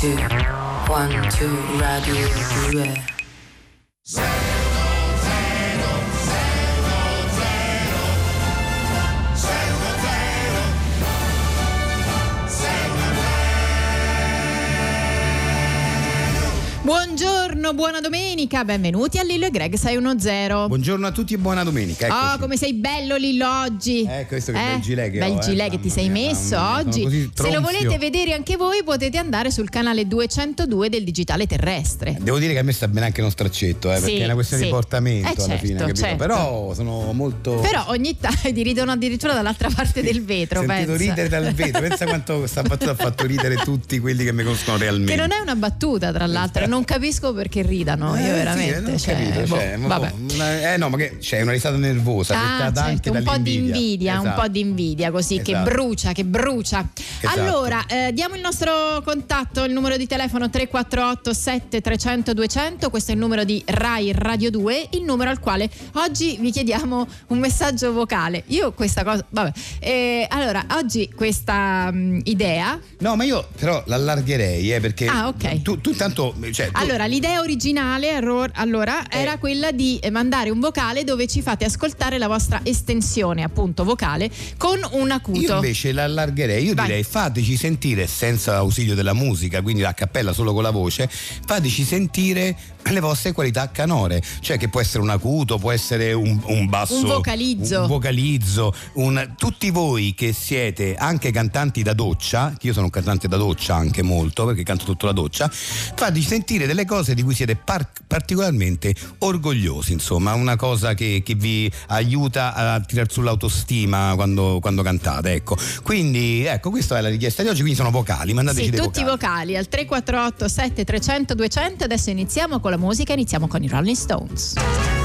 2, 1, 2, radio 2. Buongiorno, buona domenica, benvenuti a Lillo e Greg 610. Buongiorno a tutti e buona domenica. Eccoci. Oh, come sei bello Lillo oggi. Questo che bel gilet che bel gilet che ti sei messo oggi. Se lo volete vedere anche voi potete andare sul canale 202 del Digitale Terrestre. Devo dire che a me sta bene anche uno straccetto, perché è una questione di portamento alla fine, capito? Certo. Però sono molto. Però ogni tanto ti ridono addirittura dall'altra parte del vetro. Ho sentito ridere dal vetro, pensa quanto questa battuta ha fatto ridere tutti quelli che mi conoscono realmente. Che non è una battuta, tra l'altro, non capisco perché ridano, io veramente. Sì, no, ma che c'è una risata nervosa, certo, anche un po' di invidia, esatto. Un po' di invidia così, esatto. che brucia. Esatto. Allora, diamo il nostro contatto, il numero di telefono 348 7300 200, questo è il numero di Rai Radio 2, il numero al quale oggi vi chiediamo un messaggio vocale. Io questa cosa, allora, oggi questa idea. No, ma io però l'allargherei, perché ok. Tu intanto, allora, l'idea originale era quella di mandare un vocale dove ci fate ascoltare la vostra estensione appunto vocale con un acuto. Io invece l'allargherei, direi fateci sentire senza ausilio della musica, quindi a cappella solo con la voce, fateci sentire le vostre qualità canore, cioè che può essere un acuto, può essere un basso, un vocalizzo, tutti voi che siete anche cantanti da doccia, che io sono un cantante da doccia anche molto perché canto tutto la doccia, fateci sentire delle cose di cui siete particolarmente orgogliosi, insomma una cosa che vi aiuta a tirar sull'autostima quando cantate, ecco. Quindi questa è la richiesta di oggi, quindi sono vocali, mandateci dei tutti vocali al 348 7300 200. Adesso iniziamo con la musica, iniziamo con i Rolling Stones.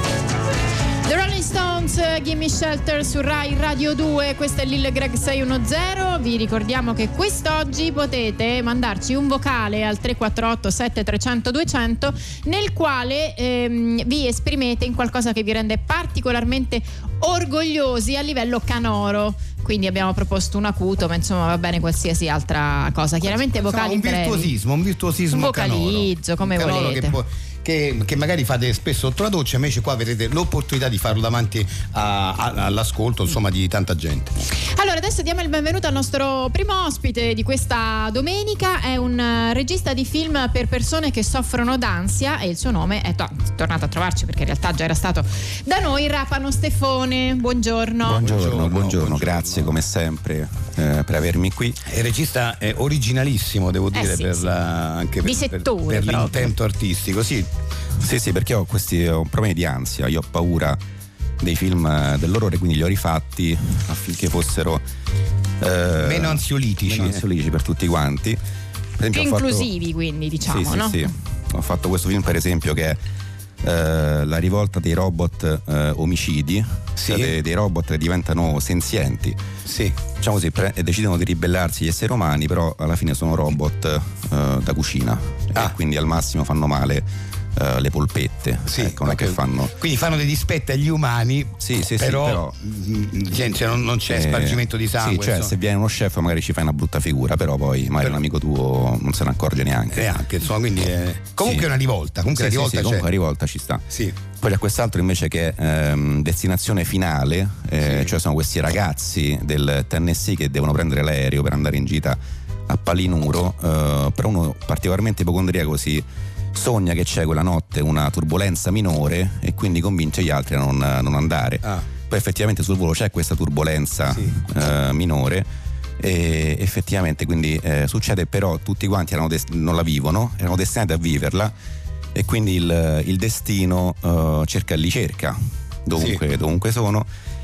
The Rolling Stones, Gimme Shelter su Rai Radio 2, questo è Lil Greg 610. Vi ricordiamo che quest'oggi potete mandarci un vocale al 348 7300 200 nel quale vi esprimete in qualcosa che vi rende particolarmente orgogliosi a livello canoro. Quindi abbiamo proposto un acuto, ma insomma va bene qualsiasi altra cosa. Chiaramente vocali un virtuosismo un vocalizzo, come volete. Che magari fate spesso sotto la doccia, invece qua avrete l'opportunità di farlo davanti all'ascolto, insomma, di tanta gente. Allora, adesso diamo il benvenuto al nostro primo ospite di questa domenica. È un regista di film per persone che soffrono d'ansia e il suo nome è tornato a trovarci perché in realtà già era stato da noi, Rapano Stefone. Buongiorno, grazie come sempre per avermi qui. Il regista è originalissimo, devo dire, anche per l'intento artistico, sì, perché ho problemi di ansia, io ho paura dei film dell'orrore, quindi li ho rifatti affinché fossero meno ansiolitici per tutti quanti. Per esempio, più inclusivi, quindi diciamo, no? Sì. Ho fatto questo film per esempio che è la rivolta dei robot omicidi, cioè dei robot che diventano senzienti, diciamo così, e decidono di ribellarsi agli esseri umani, però alla fine sono robot da cucina, e quindi al massimo fanno male le polpette, non è che fanno, quindi fanno dei dispetti agli umani, però non c'è spargimento di sangue, cioè se viene uno chef magari ci fai una brutta figura, però poi magari un amico tuo non se ne accorge neanche, insomma, quindi comunque è una rivolta, comunque la rivolta ci sta. Poi c'è quest'altro invece che è Destinazione Finale, cioè sono questi ragazzi del Tennessee che devono prendere l'aereo per andare in gita a Palinuro, però uno particolarmente ipocondriaco sogna che c'è quella notte una turbolenza minore e quindi convince gli altri a non andare. Poi effettivamente sul volo c'è questa turbolenza minore e effettivamente quindi succede, però tutti quanti non la vivono, erano destinati a viverla, e quindi il destino li cerca dovunque sono,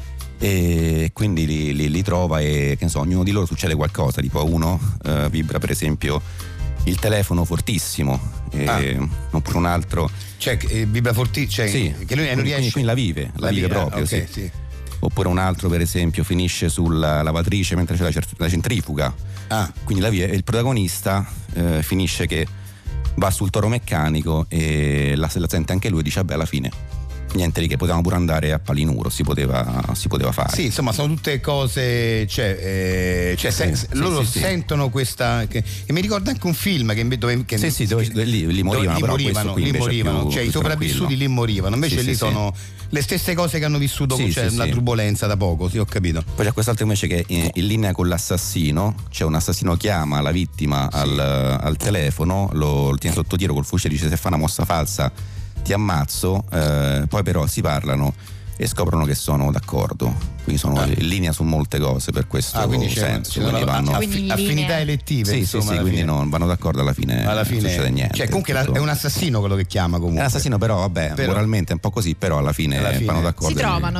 e quindi li trova, e che ne so, ognuno di loro succede qualcosa, tipo a uno vibra per esempio il telefono fortissimo, oppure un altro vibra fortissimo, che lui non riesce, quindi la vive proprio, oppure un altro per esempio finisce sulla lavatrice mentre c'è la centrifuga, quindi la vive, e il protagonista finisce che va sul toro meccanico e la sente anche lui e dice vabbè, alla fine niente di che, potevamo pure andare a Palinuro, si poteva fare. Sì, insomma, sono tutte cose, loro sentono questa che mi ricorda anche un film che lì morivano, cioè i sopravvissuti lì morivano, invece lì sono le stesse cose che hanno vissuto la turbolenza da poco, sì, ho capito. Poi c'è quest'altro invece che in linea con l'assassino, c'è un assassino chiama la vittima al telefono, lo tiene sotto tiro col fucile, dice: se fa una mossa falsa ti ammazzo, poi però si parlano e scoprono che sono d'accordo, quindi sono in linea su molte cose per questo senso, quindi vanno affinità elettive, quindi non vanno d'accordo alla fine non succede niente, cioè comunque è un assassino quello che chiama, comunque è un assassino, però moralmente è un po' così, però alla fine vanno d'accordo,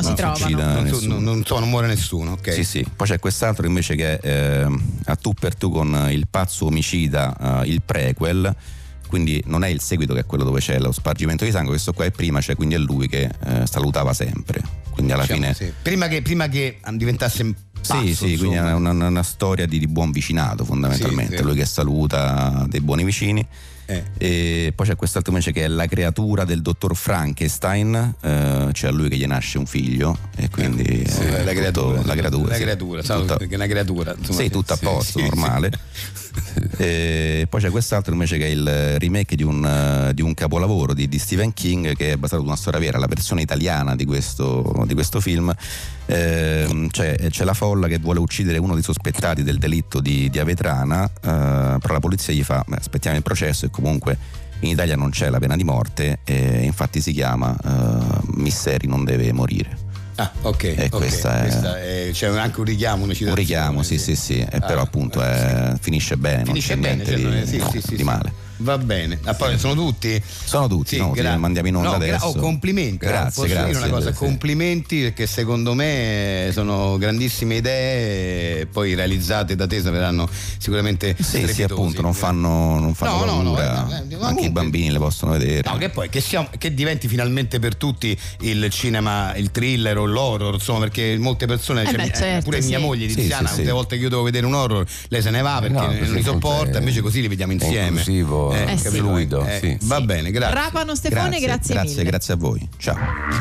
non muore nessuno, ok? Sì. Poi c'è quest'altro invece che è a tu per tu con il pazzo omicida, il prequel, quindi non è il seguito che è quello dove c'è lo spargimento di sangue, questo qua è prima, cioè quindi è lui che salutava sempre, quindi alla fine prima che diventasse pazzo, quindi è una storia di buon vicinato fondamentalmente, lui che saluta dei buoni vicini. E poi c'è quest'altro invece che è la creatura del dottor Frankenstein, cioè a lui che gli nasce un figlio e quindi la creatura perché è una creatura, insomma, tutto a posto, normale. E poi c'è quest'altro invece che è il remake di un capolavoro di Stephen King, che è basato su una storia vera, la versione italiana di questo film. C'è la folla che vuole uccidere uno dei sospettati del delitto di Avetrana, però la polizia gli fa: aspettiamo il processo, e comunque in Italia non c'è la pena di morte, e infatti si chiama Misseri non deve morire. Ok. E questa c'è anche un richiamo, una citazione. Un richiamo, sì. Però appunto finisce bene, non c'è niente di male. Va bene. Poi sono tutti? Sono tutti, mandiamo in onda adesso. Complimenti. Grazie. Dire una cosa, complimenti, perché secondo me sono grandissime idee, poi realizzate da te saranno sicuramente sì, appunto, non fanno paura, anche i bambini le possono vedere. No, che poi che diventi finalmente per tutti il cinema, il thriller o l'horror, insomma, perché molte persone, pure mia moglie Tiziana, tutte le volte che io devo vedere un horror lei se ne va perché non li sopporta, invece così li vediamo insieme. Fluido. Va bene, grazie. Rapano Stefone, grazie mille. Grazie a voi. Ciao.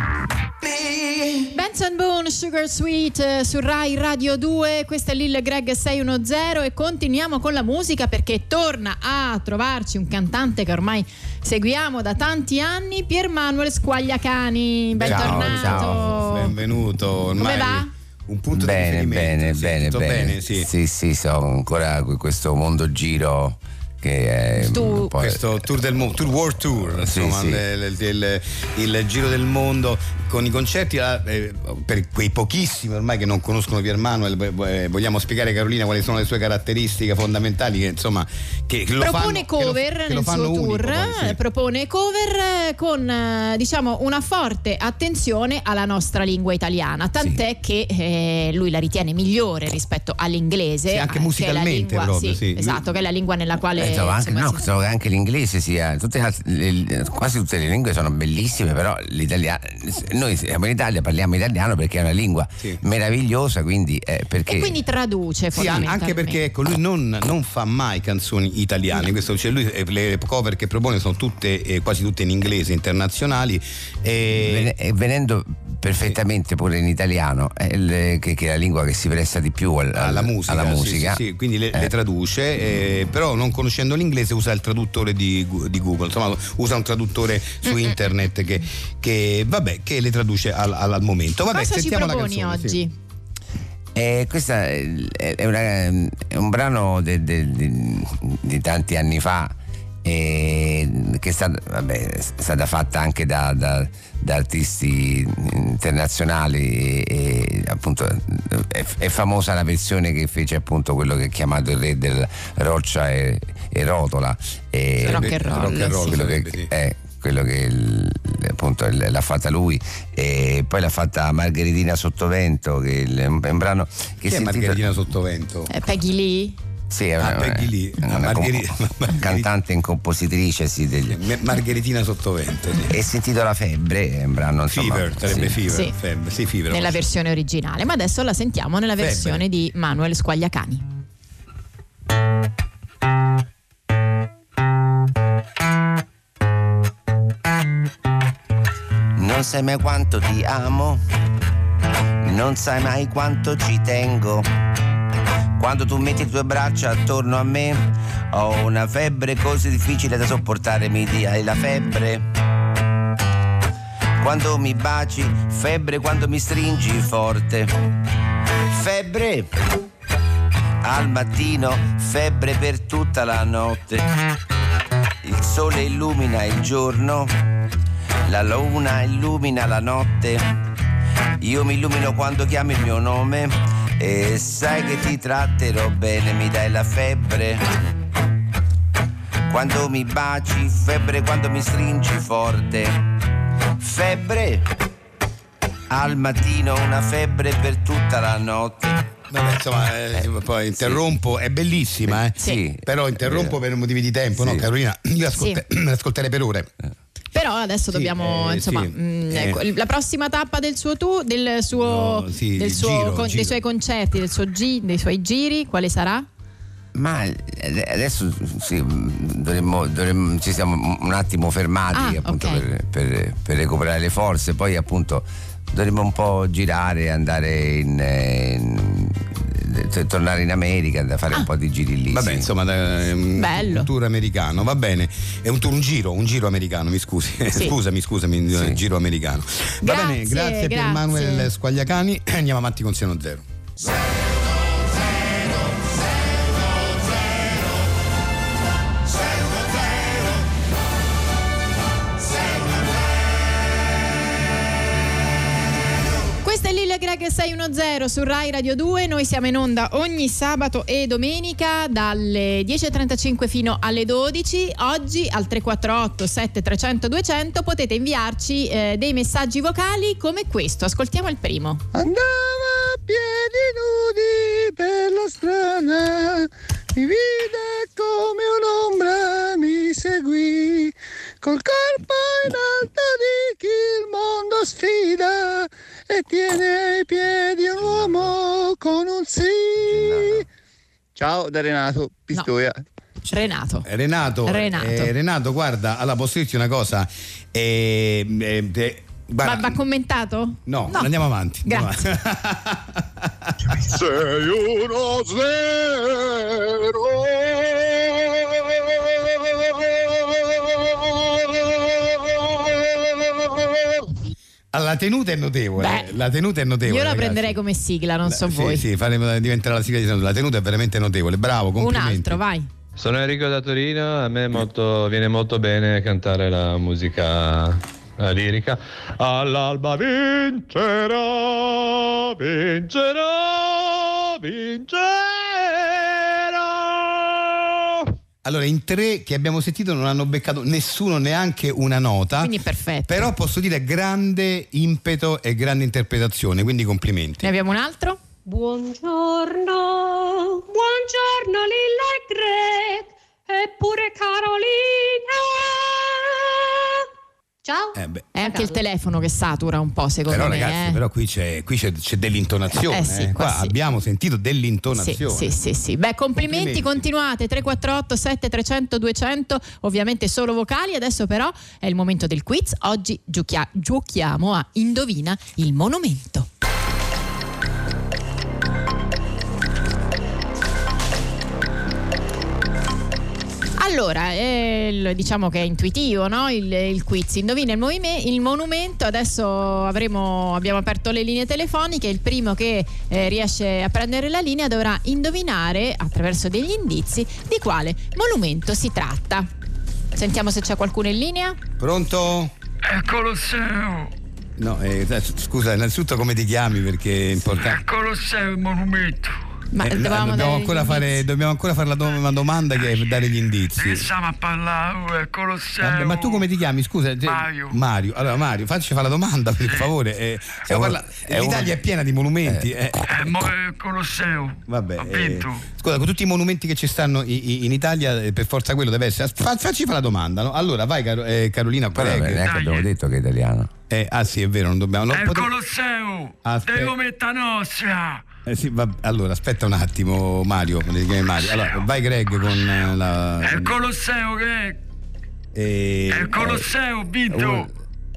Benson Boone, Sugar Sweet su Rai Radio 2, questo è Lil Greg 610 e continuiamo con la musica, perché torna a trovarci un cantante che ormai seguiamo da tanti anni, Piermanuel Squagliacani. Bentornato. Ciao. Benvenuto. Come va? Un punto di riferimento. Bene. Sì, sono ancora questo mondo giro che è questo Tour World Tour, insomma, il giro del mondo con i concerti. Per quei pochissimi ormai che non conoscono Piermanuel, vogliamo spiegare, Carolina, quali sono le sue caratteristiche fondamentali, che insomma che lo propone fanno, cover nel suo tour, propone cover con diciamo una forte attenzione alla nostra lingua italiana, tant'è che lui la ritiene migliore rispetto all'inglese, anche musicalmente, esatto, che è la lingua nella quale credo che anche l'inglese sia, quasi tutte le lingue sono bellissime, però l'italiano, noi siamo in Italia, parliamo italiano perché è una lingua meravigliosa, quindi perché... E quindi traduce fondamentalmente. Anche perché lui non fa mai canzoni italiane, questo, cioè lui, le cover che propone sono tutte quasi tutte in inglese, internazionali, e venendo perfettamente pure in italiano, che è la lingua che si presta di più alla musica. Sì, quindi le traduce, però non conoscendo l'inglese usa il traduttore di Google, insomma usa un traduttore su internet che le traduce al momento. Vabbè, cosa ci proponi canzone, oggi? Questo è un brano di tanti anni fa, che è stata fatta anche da artisti internazionali, e appunto è famosa la versione che fece appunto quello che è chiamato il re del Roccia e Rotola, rock and roll, quello che appunto l'ha fatta lui, e poi l'ha fatta Margaritina Sottovento, che è un brano che chi è Margaritina Sottovento? Peggy Lee. Sì, Peggy Lee, cantante e compositrice Margheritina Sottovento, e si intitola Febbre, è un brano, Fever, sarebbe Fever, Fever nella versione originale, ma adesso la sentiamo nella versione di Manuel Squagliacani. Non sai mai quanto ti amo, non sai mai quanto ci tengo. Quando tu metti le tue braccia attorno a me, ho una febbre così difficile da sopportare, mi dia la febbre. Quando mi baci, febbre quando mi stringi forte. Febbre al mattino, febbre per tutta la notte. Il sole illumina il giorno, la luna illumina la notte. Io mi illumino quando chiami il mio nome e sai che ti tratterò bene, mi dai la febbre. Quando mi baci, febbre quando mi stringi forte. Febbre al mattino, una febbre per tutta la notte. Vabbè, insomma, poi interrompo, è bellissima, Sì. Però interrompo per motivi di tempo, Sì. no Carolina? Io l'ascolterei per ore. Però adesso dobbiamo, insomma, la prossima tappa del suo tour, dei suoi concerti, dei suoi giri, quale sarà? Ma adesso sì, dovremmo ci siamo un attimo fermati appunto per recuperare le forze, poi appunto dovremmo un po' girare, andare tornare in America, da fare un po' di giri lì. Vabbè, sì. insomma, bello. Un tour americano, va bene. È un giro americano, mi scusi. Sì. Scusami, Sì. giro americano. Va bene, grazie per Manuel Squagliacani. Andiamo avanti con Seno Zero. Greg 610 su Rai Radio 2, noi siamo in onda ogni sabato e domenica dalle 10.35 fino alle 12. Oggi al 348 7300 200 potete inviarci dei messaggi vocali come questo, ascoltiamo il primo. Andava a piedi nudi per la strada, mi vide come un'ombra mi seguì, col corpo in alto di chi il mondo sfida e tiene ai piedi un uomo con un sì. Ciao da Renato Pistoia. No. Renato, guarda, allora posso dirti una cosa, va commentato? No, andiamo avanti. Grazie. 6-1-0. La tenuta è notevole. Io la ragazzi. prenderei come sigla, non so voi. Sì, diventerà la sigla di Tenuta. La tenuta è veramente notevole. Bravo, complimenti. Un altro, vai. Sono Enrico da Torino, a me viene molto bene cantare la musica lirica. All'alba vincerà. Allora, in 3 che abbiamo sentito non hanno beccato nessuno neanche una nota. Quindi perfetto. Però posso dire grande impeto e grande interpretazione, quindi complimenti. Ne abbiamo un altro? Buongiorno Lilla e Greg, eppure Carolina. Ciao. È anche il telefono che satura un po', secondo però, me. Ragazzi, però qui c'è dell'intonazione. Sì, qua sì. Abbiamo sentito dell'intonazione. Sì. Beh, complimenti, continuate. 348 7300 200, ovviamente solo vocali. Adesso però è il momento del quiz. Oggi giochiamo a Indovina il monumento. Allora, diciamo che è intuitivo, no? Il quiz. Indovina il monumento. Adesso abbiamo aperto le linee telefoniche. Il primo che riesce a prendere la linea dovrà indovinare, attraverso degli indizi, di quale monumento si tratta. Sentiamo se c'è qualcuno in linea. Pronto? È Colosseo. No, scusa, innanzitutto come ti chiami, perché è importante. È Colosseo il monumento. Ma dobbiamo ancora fare una domanda che è per dare gli indizi. Stiamo a parlare, Colosseo. Vabbè, ma tu come ti chiami? Scusa, Mario. Allora Mario, facci fare la domanda per favore. L'Italia è piena di monumenti. È Colosseo. Vabbè. Ha vinto. Scusa, con tutti i monumenti che ci stanno in Italia, per forza quello deve essere. Facci fare la domanda, no? Allora, vai Carolina. Neanche abbiamo detto che è italiano. Sì, è vero, non dobbiamo. È il Colosseo. Devo mettere nostra. Sì, allora aspetta un attimo, Mario. Allora, vai Greg con la. È il Colosseo, Greg. È il Colosseo, vinto.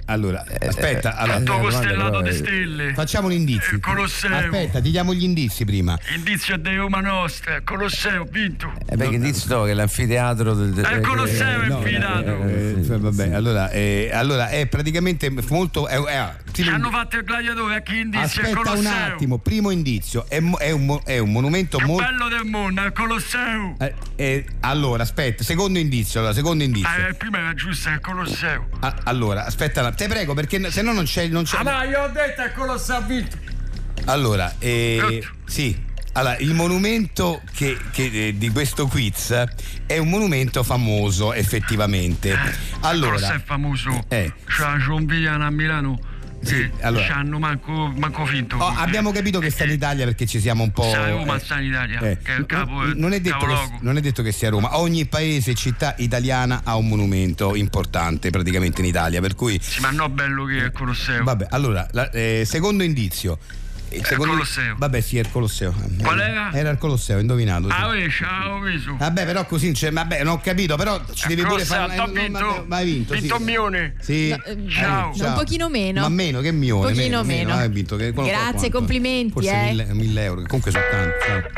Allora, aspetta, tutto costellato di stelle. Facciamo un indizio. Colosseo. Aspetta, ti diamo gli indizi prima. Indizio di Roma Nostra, Colosseo, vinto. Perché indizio che l'anfiteatro il Colosseo è infilato. Vabbè, allora è praticamente molto. Ci hanno fatto il gladiatore, a chi indizio? Aspetta il Colosseo. un attimo, primo indizio, è un monumento molto bello del mondo, il Colosseo. Allora, aspetta, secondo indizio. Prima era giusto, il Colosseo. Allora, aspetta, te prego, perché se no non c'è. No, io ho detto il Colosseo vinto. Allora, sì. Allora, il monumento di questo quiz è un monumento famoso, effettivamente. Allora, il Colosseo è famoso. C'è un Vian a Milano. Sì, allora. Ci hanno manco finto. Abbiamo capito che sta in Italia perché ci siamo un po'. Roma sta in Italia. Che è il capo. Non è detto che sia Roma. Ogni paese e città italiana ha un monumento importante praticamente in Italia. Per cui. Sì, ma no, bello che è il Colosseo. Vabbè, allora, secondo indizio. Il Colosseo. Vabbè, sì, è il Colosseo. Qual era? Era il Colosseo, indovinato. Sì. Ciao, viso. Vabbè, però così, vabbè, non ho capito, però ci devi pure fare. Hai vinto. Vinto Mione. Sì. Ciao. Un pochino meno. Ma meno che Mione. Un pochino meno. Hai vinto. Grazie, complimenti. Forse 1.000 euro. Comunque sono tanti.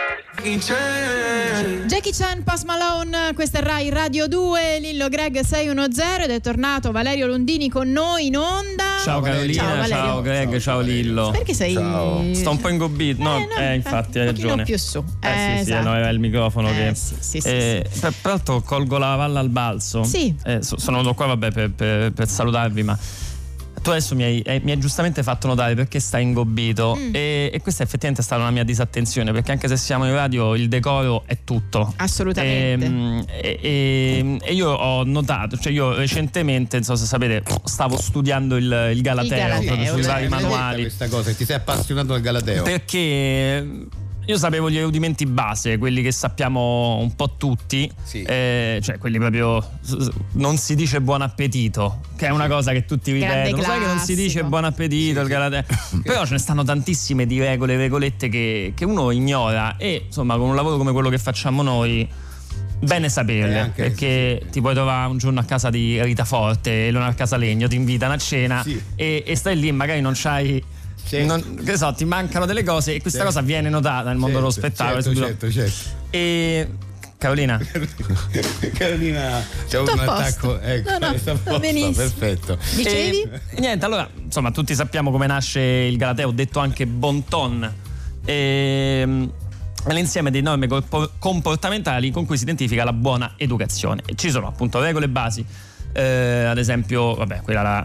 Jackie Chan, Post Malone, questa è Rai Radio 2, Lillo Greg 610 ed è tornato Valerio Londini con noi in onda. Ciao Carolina, ciao Greg, ciao Lillo. Perché sei? Ciao. Sto un po' ingobbito. Infatti hai ragione. Un po' più su. Sì, no, era il microfono che. Sì. Peraltro colgo la palla al balzo. Sì. Sono venuto qua, per salutarvi, ma. Tu adesso mi hai giustamente fatto notare perché stai ingobbito e questa effettivamente è stata una mia disattenzione, perché anche se siamo in radio il decoro è tutto. Assolutamente. E io ho notato, cioè io recentemente, non so se sapete, stavo studiando il Galateo proprio sui vari manuali. Questa cosa, ti sei appassionato al Galateo? Perché io sapevo gli rudimenti base, quelli che sappiamo un po' tutti, sì. Cioè quelli proprio non si dice buon appetito, che è una cosa che tutti ripetono, sai che non si dice buon appetito, il Galateo. Però ce ne stanno tantissime di regolette che uno ignora e insomma con un lavoro come quello che facciamo noi bene saperle, perché ti puoi trovare un giorno a casa di Rita Forte e Leonardo Casalegno ti invitano a cena e stai lì, magari non c'hai che so, ti mancano delle cose e questa cosa viene notata nel mondo dello spettacolo. Certo. E Carolina c'è avuto un attacco, ecco, benissimo, perfetto. Dicevi? E niente, allora insomma tutti sappiamo come nasce il Galateo, detto anche bon ton, è l'insieme di norme comportamentali con cui si identifica la buona educazione. E ci sono appunto regole basi. Ad esempio, quella là,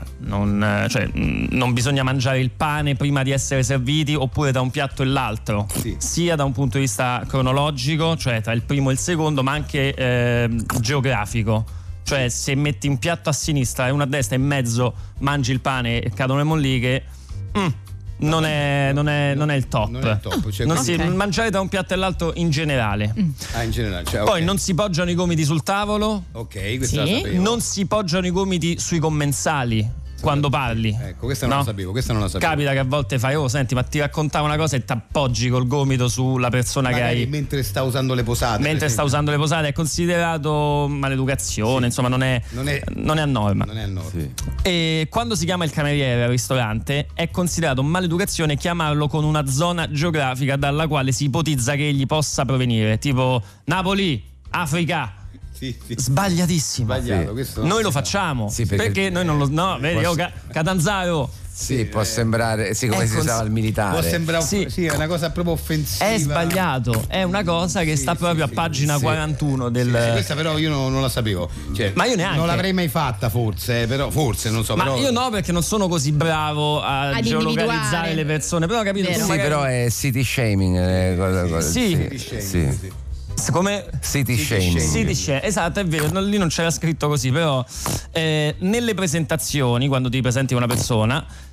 non bisogna mangiare il pane prima di essere serviti oppure da un piatto e l'altro, sia da un punto di vista cronologico, cioè tra il primo e il secondo, ma anche geografico. Cioè se metti un piatto a sinistra e uno a destra e in mezzo mangi il pane e cadono le molliche, non è il top. Non è il top, cioè mangiare da un piatto e l'altro in generale. In generale, cioè, poi non si poggiano i gomiti sul tavolo. Ok, questo lo sapevo. Non si poggiano i gomiti sui commensali quando parli. Ecco, questa non la sapevo. Capita che a volte fai, senti, ma ti raccontavo una cosa e ti appoggi col gomito sulla persona magari che hai. Mentre sta usando le posate. È considerato maleducazione, insomma, non è a norma. Non è a norma. Sì. E quando si chiama il cameriere al ristorante è considerato maleducazione chiamarlo con una zona geografica dalla quale si ipotizza che egli possa provenire, tipo Napoli, Africa. Sbagliatissimo. Noi lo facciamo perché noi non lo vedi, Catanzaro. Può sembrare come si usava il militare. Può sembrare è una cosa proprio offensiva. È sbagliato, è una cosa che sta proprio a pagina 41 del. Questa però io non la sapevo. Ma io neanche. Non l'avrei mai fatta, forse non so. Ma però. io no, perché non sono così bravo a geolocalizzare le persone. Però ho capito. Però è city shaming. Sì. Come? City shaming. Esatto, è vero, lì non c'era scritto così, però nelle presentazioni, quando ti presenti una persona,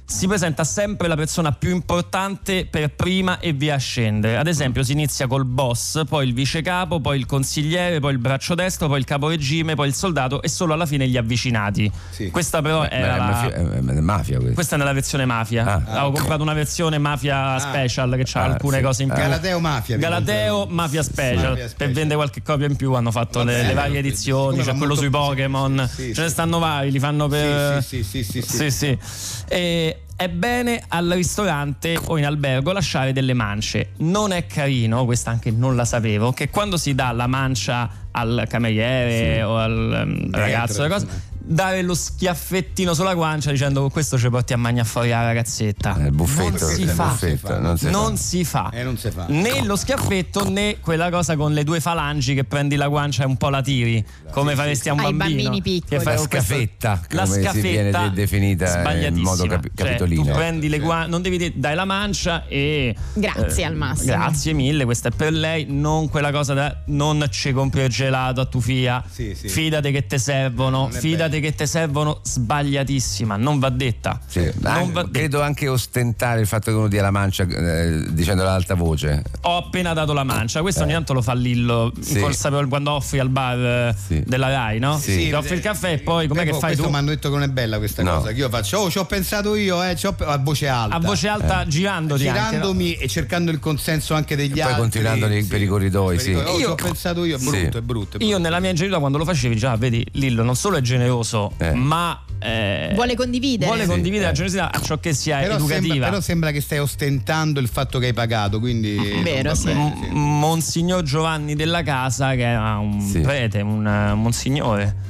si presenta sempre la persona più importante per prima e via a scendere. Ad esempio si inizia col boss, poi il vice capo, poi il consigliere, poi il braccio destro, poi il caporegime, poi il soldato e solo alla fine gli avvicinati. Questa però era mafia. Questa è nella versione mafia. Avevo comprato una versione mafia special che ha alcune cose in più. Galateo Mafia special. Per vendere qualche copia in più hanno fatto le varie edizioni. C'è quello sui Pokémon, ce ne stanno vari, li fanno per sì. E è bene al ristorante o in albergo lasciare delle mance. Non è carino, questa anche non la sapevo, che quando si dà la mancia al cameriere o al ragazzo, dare lo schiaffettino sulla guancia dicendo con questo ci porti a mangiare fuori la ragazzetta. Il buffetto, non si fa né lo schiaffetto né quella cosa con le due falangi che prendi la guancia e un po' la tiri come faresti a un bambino. Ai bambini piccoli. Che fai la scaffetta, come si viene definita in modo capitolino. Tu prendi le guance, non devi dai la mancia e grazie al massimo. Grazie mille, questa è per lei, non quella cosa da non ci compri il gelato a tu fia. Fidate che te servono, che te servono, sbagliatissima, non va detta. Credo anche ostentare il fatto che uno dia la mancia dicendo ad alta voce. Ho appena dato la mancia, questo ogni tanto lo fa Lillo quando offri al bar della Rai, no? Ti offri il caffè e poi com'è che fai tu? Mi hanno detto che non è bella questa cosa, che io faccio ci ho pensato io, a voce alta girandomi anche, e cercando il consenso anche degli altri, poi continuando per i corridoi. Ci ho pensato io, è brutto. Io nella mia ingenuità quando lo facevi già, vedi, Lillo non solo è generoso ma vuole condividere la generosità a ciò che sia educativa. Però sembra che stai ostentando il fatto che hai pagato, quindi vero, Monsignor Giovanni della Casa, che era un prete, un monsignore.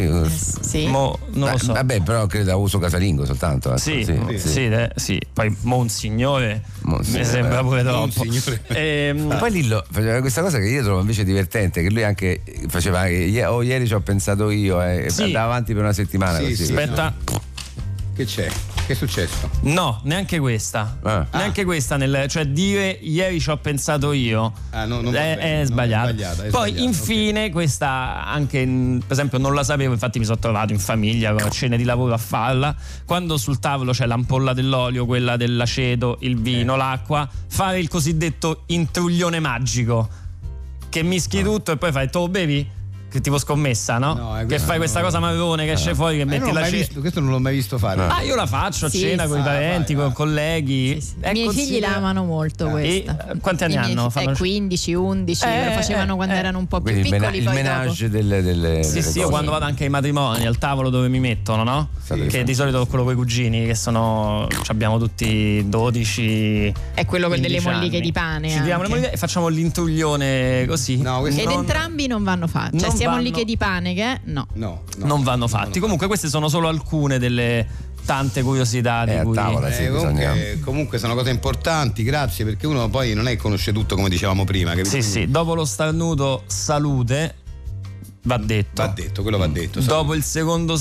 Non lo so. Vabbè, però credo a uso casalingo soltanto. Sì. Poi Monsignore mi sembra pure troppo. Poi Lillo faceva questa cosa che io trovo invece divertente, che lui anche faceva ieri ci ho pensato io e andava avanti per una settimana così. Aspetta. Che c'è? Che è successo? No, neanche questa. Neanche questa, cioè dire ieri ci ho pensato io è sbagliato. Poi infine questa anche per esempio non la sapevo, infatti mi sono trovato in famiglia con cene di lavoro a farla, quando sul tavolo c'è l'ampolla dell'olio, quella dell'aceto, il vino, l'acqua, fare il cosiddetto intruglione magico, che mischi tutto e poi fai tu bevi? Che tipo scommessa, no? Che fai questa cosa marrone che esce fuori, che metti la cena. Questo non l'ho mai visto fare. Io la faccio a cena con i parenti, con colleghi. I miei figli la amano molto questa. Quanti anni hanno? 15, 11, lo facevano quando erano un po' più piccoli. Il menage delle sì, io quando vado anche ai matrimoni, al tavolo dove mi mettono, no? Che di solito quello con i cugini, che sono abbiamo tutti 12. È quello delle molliche di pane. Ci diamo le molliche e facciamo l'intruglione così. Ed entrambi non vanno fatti. Cioè sia molliche di pane che non vanno fatti. Comunque queste sono solo alcune delle tante curiosità di cui comunque sono cose importanti, grazie, perché uno poi non è conosce tutto come dicevamo prima. Sì, dopo lo starnuto salute va detto, quello va detto. Dopo il secondo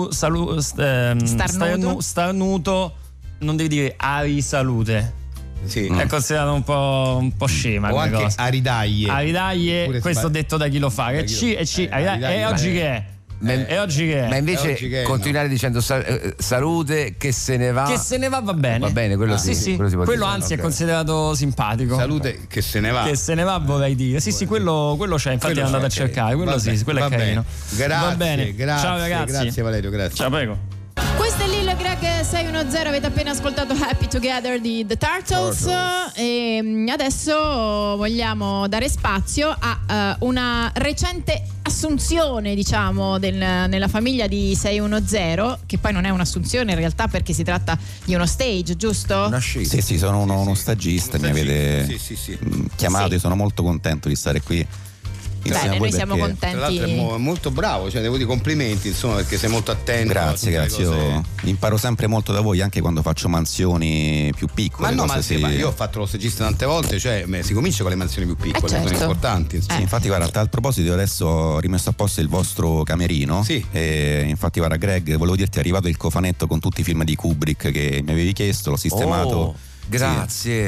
starnuto non devi dire ari salute. È considerato un po' scema o anche cosa. Aridaglie, questo detto da chi lo fa, che C e C e oggi che è? Ma invece continuare dicendo salute che se ne va va bene, quello quello anzi è considerato simpatico. Salute che se ne va vorrei dire quello c'è, infatti quello è andato a cercare, quello quello è carino. Grazie, ciao ragazzi, grazie Valerio, grazie. Ciao, prego. Questo è Lil Greg 610, avete appena ascoltato Happy Together di The Turtles e adesso vogliamo dare spazio a una recente assunzione, diciamo, nella famiglia di 610, che poi non è un'assunzione in realtà perché si tratta di uno stage, giusto? Sì, sono uno stagista, mi avete chiamato, io sono molto contento di stare qui. Bene, noi siamo contenti. Tra l'altro è molto bravo, cioè devo dire complimenti, insomma, perché sei molto attento. Grazie. Io imparo sempre molto da voi, anche quando faccio mansioni più piccole. Ma io ho fatto lo stagista tante volte, cioè si comincia con le mansioni più piccole, sono importanti. Sì, infatti guarda, a tal proposito adesso ho rimesso a posto il vostro camerino. E infatti guarda Greg, volevo dirti, è arrivato il cofanetto con tutti i film di Kubrick che mi avevi chiesto, l'ho sistemato. Grazie.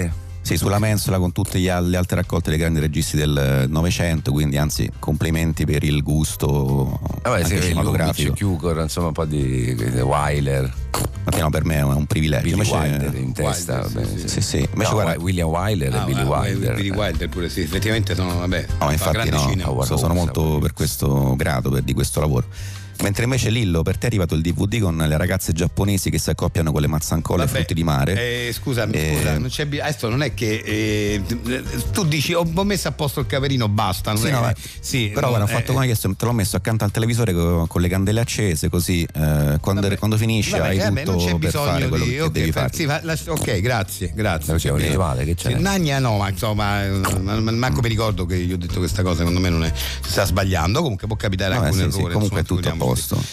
Sì, sulla mensola con tutte le altre raccolte dei grandi registi del Novecento, quindi anzi complimenti per il gusto anche cinematografico. Cukor, insomma un po' di Wyler. Ma per me è un privilegio. Billy Wilder in testa. Wilder, sì. Invece guarda, William Wyler e Billy Wilder. Billy Wilder pure sì, effettivamente sono infatti sono molto per questo grato di questo lavoro. Mentre invece Lillo, per te è arrivato il DVD con le ragazze giapponesi che si accoppiano con le mazzancolle e frutti di mare. Scusa, non c'è adesso non è che tu dici ho messo a posto il camerino, basta. Non sì, però guarda, ho fatto come chiesto, te l'ho messo accanto al televisore con le candele accese, così quando finisce hai tutto non c'è per fare quello che devi fare. Ok, grazie. Che c'è? Nagna no, ma insomma manco mi ricordo che io ho detto questa cosa, secondo me non è, si sta sbagliando, comunque può capitare anche un errore. Comunque è tutto a posto.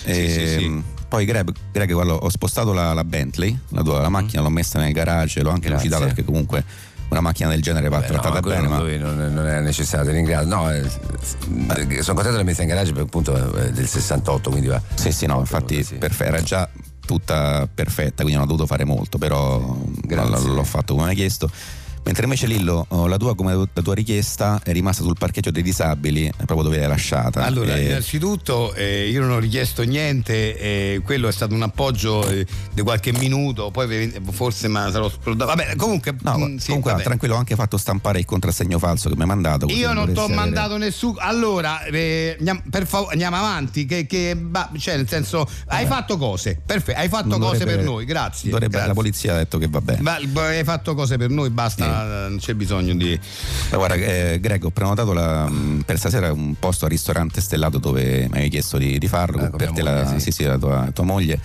Poi Greg ho spostato la Bentley, la macchina l'ho messa nel garage, l'ho anche lucidata perché comunque una macchina del genere va trattata bene, ma non è necessario di ringrazio. Sono contento di messa in garage per appunto del 68, quindi va. Infatti era già tutta perfetta, quindi non ho dovuto fare molto, però l'ho fatto come mi hai chiesto. Mentre invece Lillo, la tua richiesta è rimasta sul parcheggio dei disabili, proprio dove l'hai lasciata. Allora, innanzitutto io non ho richiesto niente, quello è stato un appoggio di qualche minuto, poi forse sarò esplodato. Vabbè, comunque tranquillo, ho anche fatto stampare il contrassegno falso che mi hai mandato. Io non ti ho mandato nessuno. Allora, per favore, andiamo avanti. Cioè, nel senso, hai fatto cose. Perfetto, hai fatto cose per noi, grazie. La polizia ha detto che va bene. Hai fatto cose per noi, basta. Non c'è bisogno di. Guarda, Greg, ho prenotato per stasera un posto al ristorante stellato dove mi avevi chiesto di farlo per te, la tua moglie.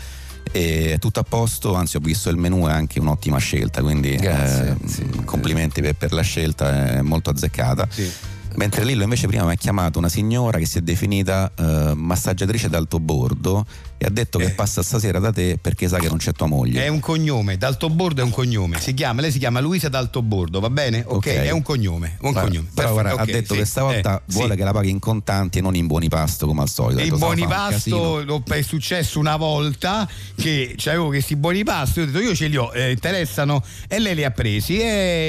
E è tutto a posto, anzi ho visto il menù, è anche un'ottima scelta, quindi complimenti per la scelta, è molto azzeccata. Sì. Mentre Lillo invece prima mi ha chiamato una signora che si è definita massaggiatrice d'alto bordo e ha detto che passa stasera da te perché sa che non c'è tua moglie. È un cognome, d'Altobordo è un cognome. Lei si chiama Luisa d'Altobordo, va bene? Ok, è un cognome. Però guarda, ha detto che stavolta vuole che la paghi in contanti e non in buoni pasto come al solito. In buoni pasto è successo una volta che c'avevo questi buoni pasto, io ho detto io ce li ho, interessano, e lei li ha presi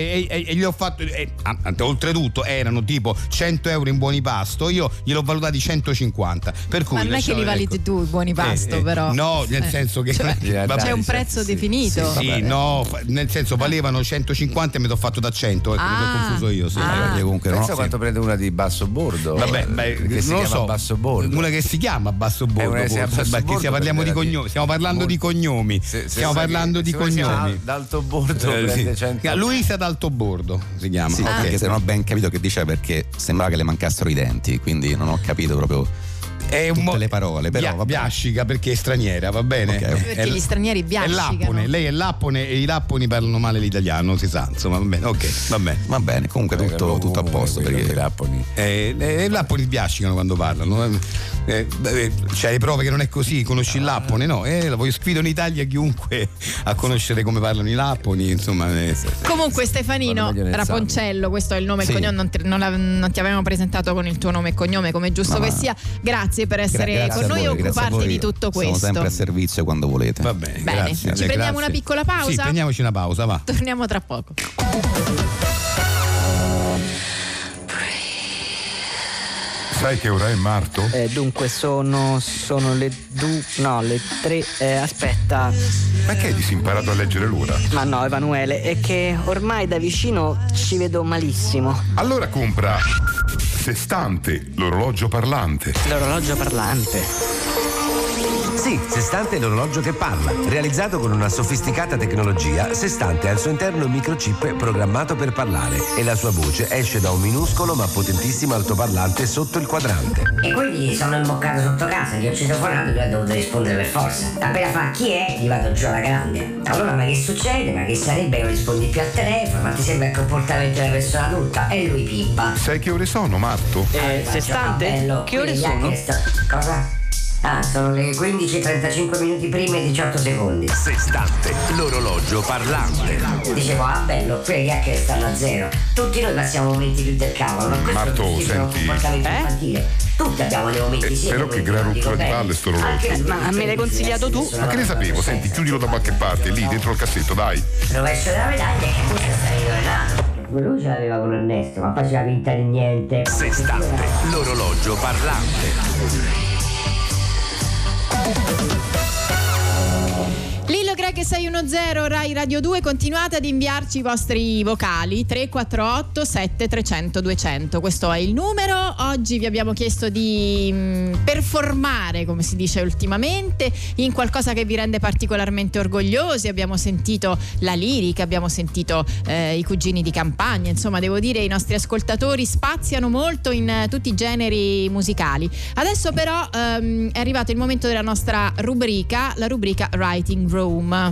e gli ho fatto oltretutto erano tipo 100 euro in buoni pasto, io gliel'ho valutati 150, per cui ma non è che li validi tu i buoni pasto, però no, nel senso che c'è un prezzo definito. No, nel senso valevano 150 e mi sono fatto da 100, mi sono confuso io. Comunque penso quanto prende una di basso bordo. Che non lo so, basso bordo. Una che si chiama basso bordo, perché parliamo di cognomi, stiamo parlando di cognomi. Stiamo parlando di cognomi. D'alto bordo prende 100. Luisa d'Alto Bordo si chiama. Sì, anche se non ho ben capito che diceva, perché sembrava che le mancassero i denti, quindi non ho capito proprio tutte le parole, però biascica perché è straniera, va bene? Perché gli stranieri biascicano. Lei è lappone e i lapponi parlano male l'italiano, non si sa, insomma, va bene, va bene, comunque tutto a posto, perché i lapponi biascicano quando parlano. C'è le prove che non è così, conosci il lappone? No, voglio sfido in Italia chiunque a conoscere come parlano i lapponi, insomma. Comunque Stefanino Raponcello, questo è il nome e il cognome, non ti avevamo presentato con il tuo nome e cognome, come giusto che sia. Grazie per essere con noi e occuparti di tutto questo. Siamo sempre a servizio quando volete. Va bene. Grazie. Ci prendiamo una piccola pausa? Sì, prendiamoci una pausa, va. Torniamo tra poco. Sai che ora è Marto? Dunque sono le 3. Aspetta. Ma che hai disimparato a leggere l'ora? Ma no, Emanuele, è che ormai da vicino ci vedo malissimo. Allora compra Sestante, l'orologio parlante. L'orologio parlante? Sì, Sestante è l'orologio che parla. Realizzato con una sofisticata tecnologia, Sestante ha al suo interno un microchip programmato per parlare e la sua voce esce da un minuscolo ma potentissimo altoparlante sotto il quadrante. E quindi sono imboccato sotto casa, gli ho citofonato e lui ha dovuto rispondere per forza. Appena fa chi è, gli vado giù alla grande. Allora ma che succede? Ma che sarebbe che non rispondi più al telefono? Ma ti sembra il comportamento della persona adulta? E lui pippa. Sai che ore sono, Marto? Sestante? Che ore sono? Cosa? Sono le 15:35 minuti prima e 18 secondi. Sestante, l'orologio parlante. Dicevo, bello, quelle chiacchiere stanno a zero. Tutti noi passiamo momenti più del cavolo, ma Marto, questo è un comportamento infantile. Tutti abbiamo dei momenti però che gran rottura di palle sto orologio. Ma me l'hai consigliato tu? Ma che ne sapevo? Senti, chiudilo da qualche parte, lì dentro il cassetto, dai. Il rovescio della medaglia è che tu sei stato lui ce l'aveva con Ernesto, ma faceva finta di niente. Sestante, l'orologio parlante. Lillo Greg 610 Rai Radio 2, continuate ad inviarci i vostri vocali 348 7300 200, questo è il numero. Oggi vi abbiamo chiesto di performare, come si dice ultimamente, in qualcosa che vi rende particolarmente orgogliosi. Abbiamo sentito la lirica, abbiamo sentito i cugini di campagna, insomma devo dire i nostri ascoltatori spaziano molto in tutti i generi musicali. Adesso però è arrivato il momento della nostra rubrica, la rubrica Writing Room.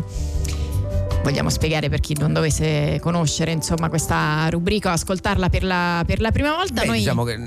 Vogliamo spiegare per chi non dovesse conoscere insomma questa rubrica o ascoltarla per la prima volta? Noi diciamo che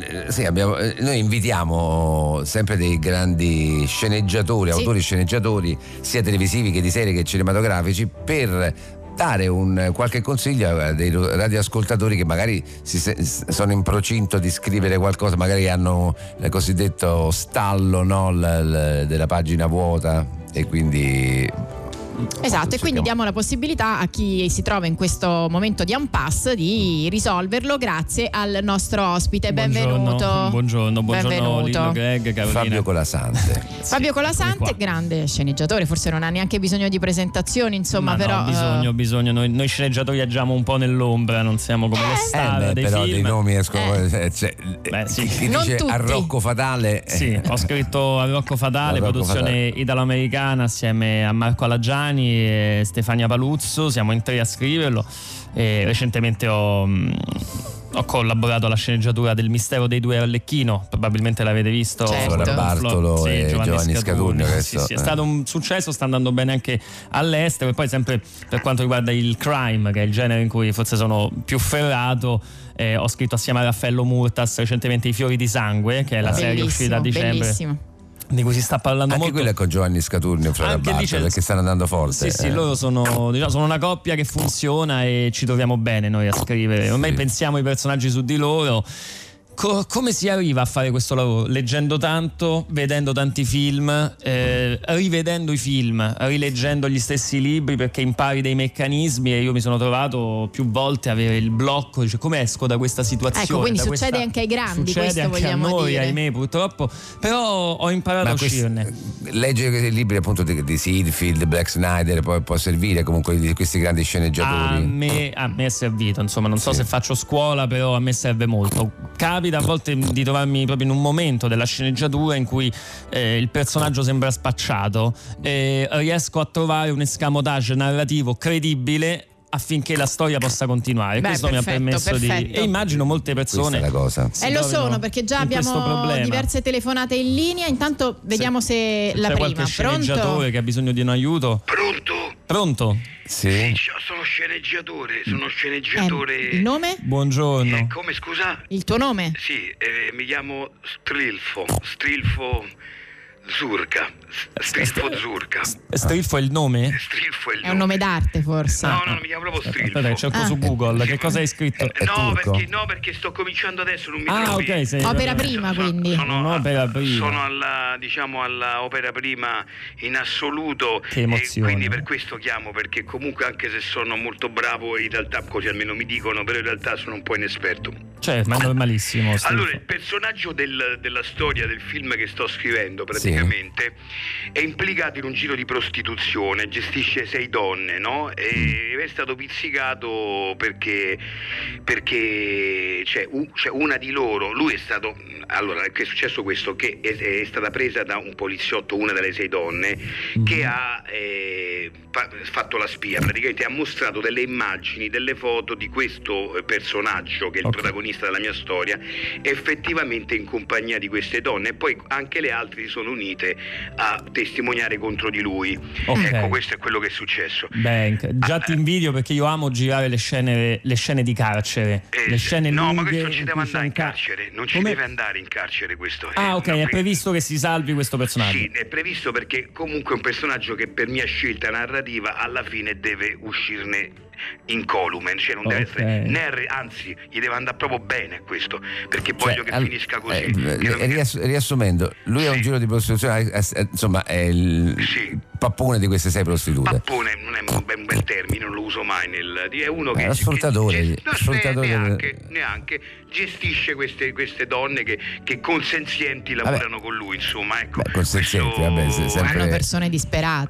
noi invitiamo sempre dei grandi sceneggiatori, autori sceneggiatori sia televisivi che di serie che cinematografici, per dare un qualche consiglio a dei radioascoltatori che magari sono in procinto di scrivere qualcosa, magari hanno il cosiddetto stallo, no? Della pagina vuota, e quindi esatto, e quindi diamo la possibilità a chi si trova in questo momento di impasse di risolverlo grazie al nostro ospite. Benvenuto. Buongiorno Lillo Greg, Carolina. Fabio Colasante, grande sceneggiatore, forse non ha neanche bisogno di presentazioni, insomma. Bisogno. Noi sceneggiatori agiamo un po' nell'ombra, non siamo come le star dei però film. dei nomi escono chi non dice tutti. A Rocco Fatale. Sì, ho scritto a Rocco Fatale, produzione italo-americana, assieme a Marco Alagiani e Stefania Paluzzo, siamo in 3 a scriverlo, e recentemente ho collaborato alla sceneggiatura del Mistero dei 2 Arlecchino, probabilmente l'avete visto, Flora Bartolo e Giovanni Scatugno. È stato un successo, sta andando bene anche all'estero. E poi sempre per quanto riguarda il crime, che è il genere in cui forse sono più ferrato, ho scritto assieme a Raffaello Murtas recentemente I Fiori di Sangue, che è la serie uscita a dicembre, bellissimo, di cui si sta parlando anche molto. Quella è con Giovanni Scatugno e Flora Bartolo, perché stanno andando forte. Sì, loro sono una coppia che funziona e ci troviamo bene noi a scrivere. Ormai pensiamo i personaggi su di loro. Come si arriva a fare questo lavoro? Leggendo tanto, vedendo tanti film, rivedendo i film, rileggendo gli stessi libri, perché impari dei meccanismi. E io mi sono trovato più volte a avere il blocco, dice come esco da questa situazione. Ecco, quindi succede anche ai grandi, succede anche vogliamo a noi, dire. Ahimè, purtroppo, però ho imparato a uscirne. Leggere i libri appunto di Seedfield, Black Snyder può servire comunque di questi grandi sceneggiatori. A me è servito, insomma, non so se faccio scuola, però a me serve molto. Capita a volte di trovarmi proprio in un momento della sceneggiatura in cui il personaggio sembra spacciato, riesco a trovare un escamotage narrativo credibile affinché la storia possa continuare. Questo mi ha permesso e immagino molte persone la cosa. Lo sono, perché già abbiamo diverse telefonate in linea. Intanto vediamo se la prima. Qualche sceneggiatore che ha bisogno di un aiuto. Pronto? Sì, sono sceneggiatore. Il nome? Buongiorno. Come, scusa? Il tuo nome? Sì, mi chiamo Strilfo Zurka. Strilfo è il nome? Strilfo è il nome. È un nome d'arte, forse. No, mi chiamo proprio Strilfo. Aspetta, cerco su Google. Che cosa hai scritto? Perché sto cominciando adesso, non mi trovi. Ok, opera prima, quindi. Un'opera prima. Sono alla opera prima in assoluto. Che emozione. E quindi per questo chiamo, perché comunque anche se sono molto bravo, in realtà così almeno mi dicono, però in realtà sono un po' inesperto. Cioè, ma è normalissimo. Allora, il personaggio della storia del film che sto scrivendo praticamente è implicato in un giro di prostituzione, gestisce 6 donne, no? E è stato pizzicato perché c'è una di loro, lui è stato, allora è successo questo, che è stata presa da un poliziotto, una delle 6 donne, che ha fatto la spia, praticamente ha mostrato delle immagini, delle foto di questo personaggio che è il protagonista della mia storia, effettivamente in compagnia di queste donne, e poi anche le altre si sono unite a testimoniare contro di lui. Ecco, questo è quello che è successo. Già ti invidio, perché io amo girare le scene di carcere, le scene lunghe. No, ma questo non ci deve andare in carcere, non ci deve andare in carcere questo. È previsto che si salvi questo personaggio. Sì, è previsto, perché comunque è un personaggio che per mia scelta narrativa alla fine deve uscirne incolumen, cioè non deve essere anzi gli deve andare proprio bene questo, perché voglio che finisca così. Riassumendo, lui è un giro di prostituzione, insomma è il pappone di queste 6 prostitute. Pappone non è un bel termine, non lo uso mai è uno che lo sfruttatore, neanche gestisce queste donne che consenzienti lavorano con lui, insomma, ecco. Consenzienti, saranno persone disperate.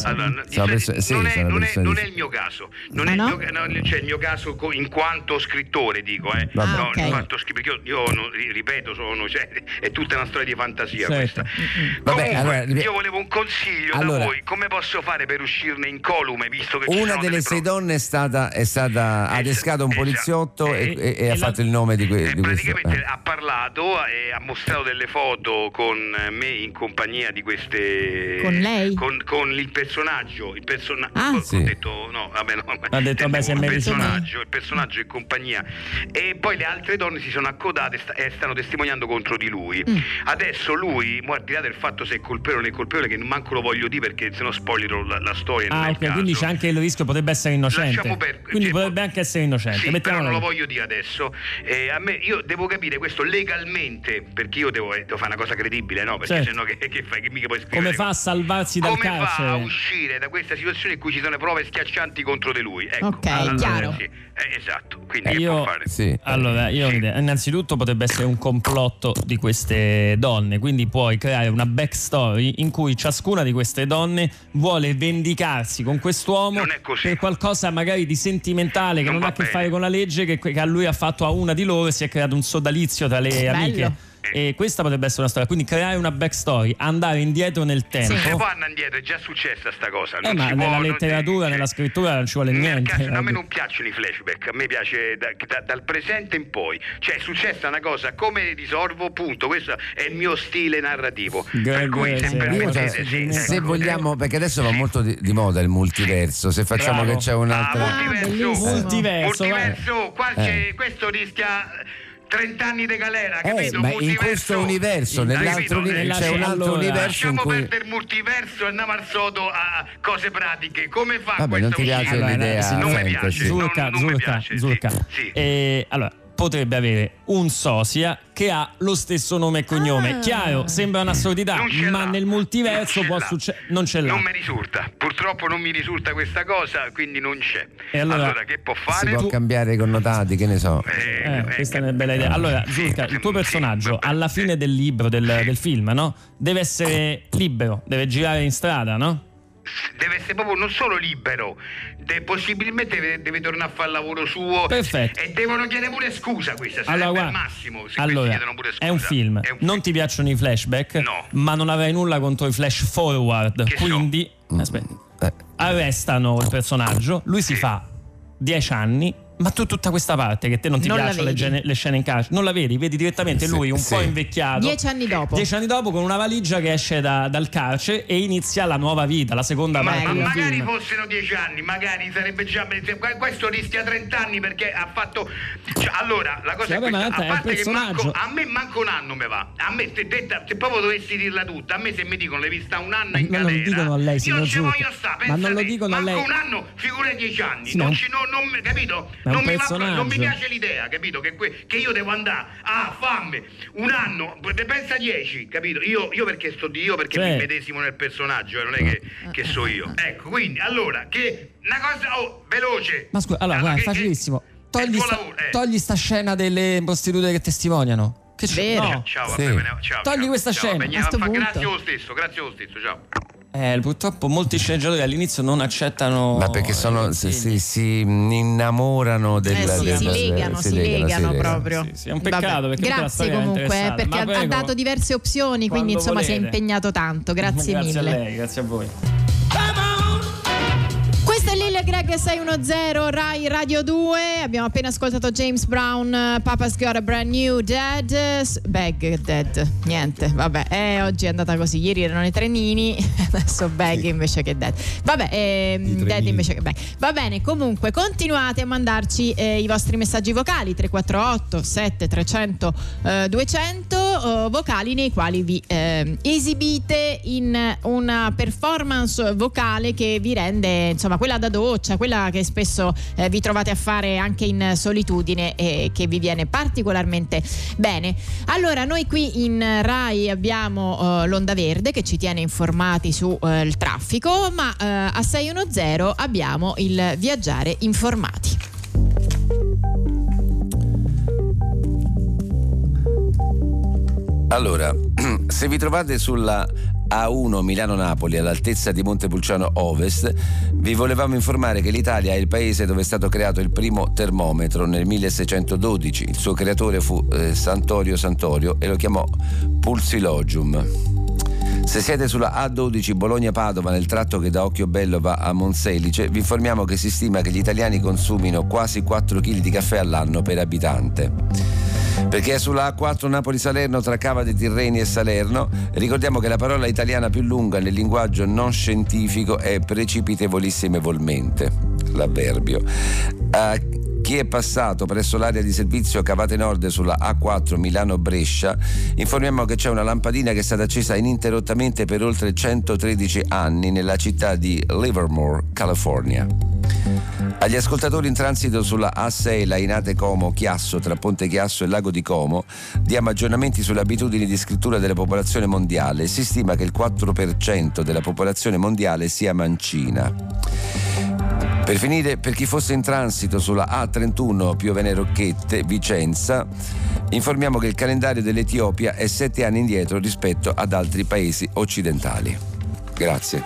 Non è il mio caso, cioè il mio caso in quanto scrittore, dico, in quanto perché io ripeto, è tutta una storia di fantasia questa. Io volevo un consiglio da voi, come posso fare per uscirne incolume, visto che una delle 6 donne è stata adescata un poliziotto e ha fatto il nome di questo. Praticamente ha parlato e ha mostrato delle foto con me in compagnia di queste. Con lei? Con il personaggio. Sì. Ho detto no, vabbè, no. Ha detto vabbè, se il personaggio in compagnia. E poi le altre donne si sono accodate e stanno testimoniando contro di lui. Adesso lui, al di là del fatto se è colpevole o non è colpevole, che manco lo voglio dire perché sennò spoilerò la storia. Ok, quindi c'è anche il rischio, potrebbe essere innocente. Quindi potrebbe anche essere innocente. Sì, però non lo voglio dire adesso. A me, io devo capire questo legalmente, perché io devo fare una cosa credibile, no? Perché sennò che fai? Che mica puoi scrivere? Come fa a salvarsi dal carcere? Come fa a uscire da questa situazione in cui ci sono prove schiaccianti contro di lui? Ecco, ok, chiaro. Sì, esatto. Quindi che può fare? Sì. Allora, io ho un'idea. Innanzitutto potrebbe essere un complotto di queste donne, quindi puoi creare una backstory in cui ciascuna di queste donne vuole vendicarsi con quest'uomo per qualcosa magari di sentimentale che non ha a che fare con la legge, che a lui ha fatto a una di loro e si è creato un sodalizio tra le amiche. E questa potrebbe essere una storia, quindi creare una backstory, andare indietro nel tempo. Non si può andare indietro, è già successa sta cosa. Non ma nella letteratura, nella scrittura non ci vuole niente. A me non piacciono i flashback, a me piace dal presente in poi. Cioè è successa una cosa, come risolvo, punto. Questo è il mio stile narrativo. Per cui se vogliamo, perché adesso va molto di moda il multiverso, se facciamo che c'è un'altra multiverso, questo rischia 30 anni di galera, capito? Ma in questo universo, nell'altro c'è un altro universo in cui perdere il multiverso e andiamo al sodo a cose pratiche. Come fa Vabbè, non ti piace l'idea? Non mi piace. Zurka. Allora, potrebbe avere un sosia che ha lo stesso nome e cognome. Chiaro, sembra un'assurdità, ma nel multiverso può succedere. Non ce l'ha. Non mi risulta. Purtroppo non mi risulta questa cosa, quindi non c'è. E allora che può fare? Si può cambiare i connotati, che ne so. Questa è una bella idea. Allora, Zurka, il tuo personaggio alla fine del libro, del film, no? Deve essere libero, deve girare in strada, no? Deve essere proprio non solo libero, possibilmente deve tornare a fare il lavoro suo. Perfetto. E devono chiedere pure scusa. Questa sarebbe il massimo. Allora, pure scusa. È un film. Non ti piacciono i flashback? No. Ma non avrai nulla contro i flash forward. Quindi arrestano il personaggio, lui si fa 10 anni. Ma tu tutta questa parte che te non ti piacciono le scene in carcere, non la vedi direttamente lui un po' invecchiato 10 anni dopo con una valigia che esce dal carcere e inizia la nuova vita, la seconda parte del magari film. Fossero 10 anni, magari sarebbe già questo rischia 30 anni perché ha fatto allora la cosa è questa, a parte che a me manco un anno mi va, a me se proprio dovessi dirla tutta, a me se mi dicono l'hai vista un anno in galera, non lo dicono a lei, io ci voglio stare, ma non lo dicono a lei, manco un anno, figura 10 anni, sì, non capito? Non mi piace l'idea, capito? Che io devo andare fammi un anno, pensa 10, capito? Io perché mi medesimo nel personaggio, non è che so io. Ecco, quindi allora che una cosa veloce. Ma scusa, allora guarda, facilissimo. Togli sta scena delle prostitute che testimoniano. Che c'è? Vero. No. Ciao, Togli questa scena. Grazie lo stesso, ciao. Purtroppo molti sceneggiatori all'inizio non accettano. Ma perché si innamorano si legano proprio. Sì, è un peccato. Perché grazie comunque, perché ha dato diverse opzioni, quindi insomma si è impegnato tanto. Grazie mille. Grazie a lei, grazie a voi. Questo è Lil Greg 610 Rai Radio 2. Abbiamo appena ascoltato James Brown, Papa's Got a Brand New Dead. Dead. Niente, vabbè. Oggi è andata così. Ieri erano i trenini, adesso Bag invece che Dead. Vabbè, Dead invece che Bag. Va bene, comunque continuate a mandarci i vostri messaggi vocali 348 7300 200 vocali nei quali vi esibite in una performance vocale che vi rende, insomma, quella da doccia, doccia, quella che spesso vi trovate a fare anche in solitudine e che vi viene particolarmente bene. Allora, noi qui in Rai abbiamo l'Onda Verde che ci tiene informati sul traffico, ma a 610 abbiamo il Viaggiare Informati. Allora, se vi trovate sulla A1 Milano-Napoli all'altezza di Montepulciano Ovest, vi volevamo informare che l'Italia è il paese dove è stato creato il primo termometro nel 1612. Il suo creatore fu Santorio Santorio e lo chiamò Pulsilogium. Se siete sulla A12 Bologna-Padova nel tratto che da Occhiobello va a Monselice, vi informiamo che si stima che gli italiani consumino quasi 4 kg di caffè all'anno per abitante. Perché è sulla A4 Napoli-Salerno tra Cava dei Tirreni e Salerno, ricordiamo che la parola italiana più lunga nel linguaggio non scientifico è precipitevolissimamente, l'avverbio. Chi è passato presso l'area di servizio Cavate Nord sulla A4 Milano-Brescia, informiamo che c'è una lampadina che è stata accesa ininterrottamente per oltre 113 anni nella città di Livermore, California. Agli ascoltatori in transito sulla A6 Lainate Como Chiasso tra Ponte Chiasso e Lago di Como diamo aggiornamenti sulle abitudini di scrittura della popolazione mondiale. Si stima che il 4% della popolazione mondiale sia mancina. Per finire, per chi fosse in transito sulla A31 Piovene Rocchette Vicenza, informiamo che il calendario dell'Etiopia è 7 anni indietro rispetto ad altri paesi occidentali. Grazie.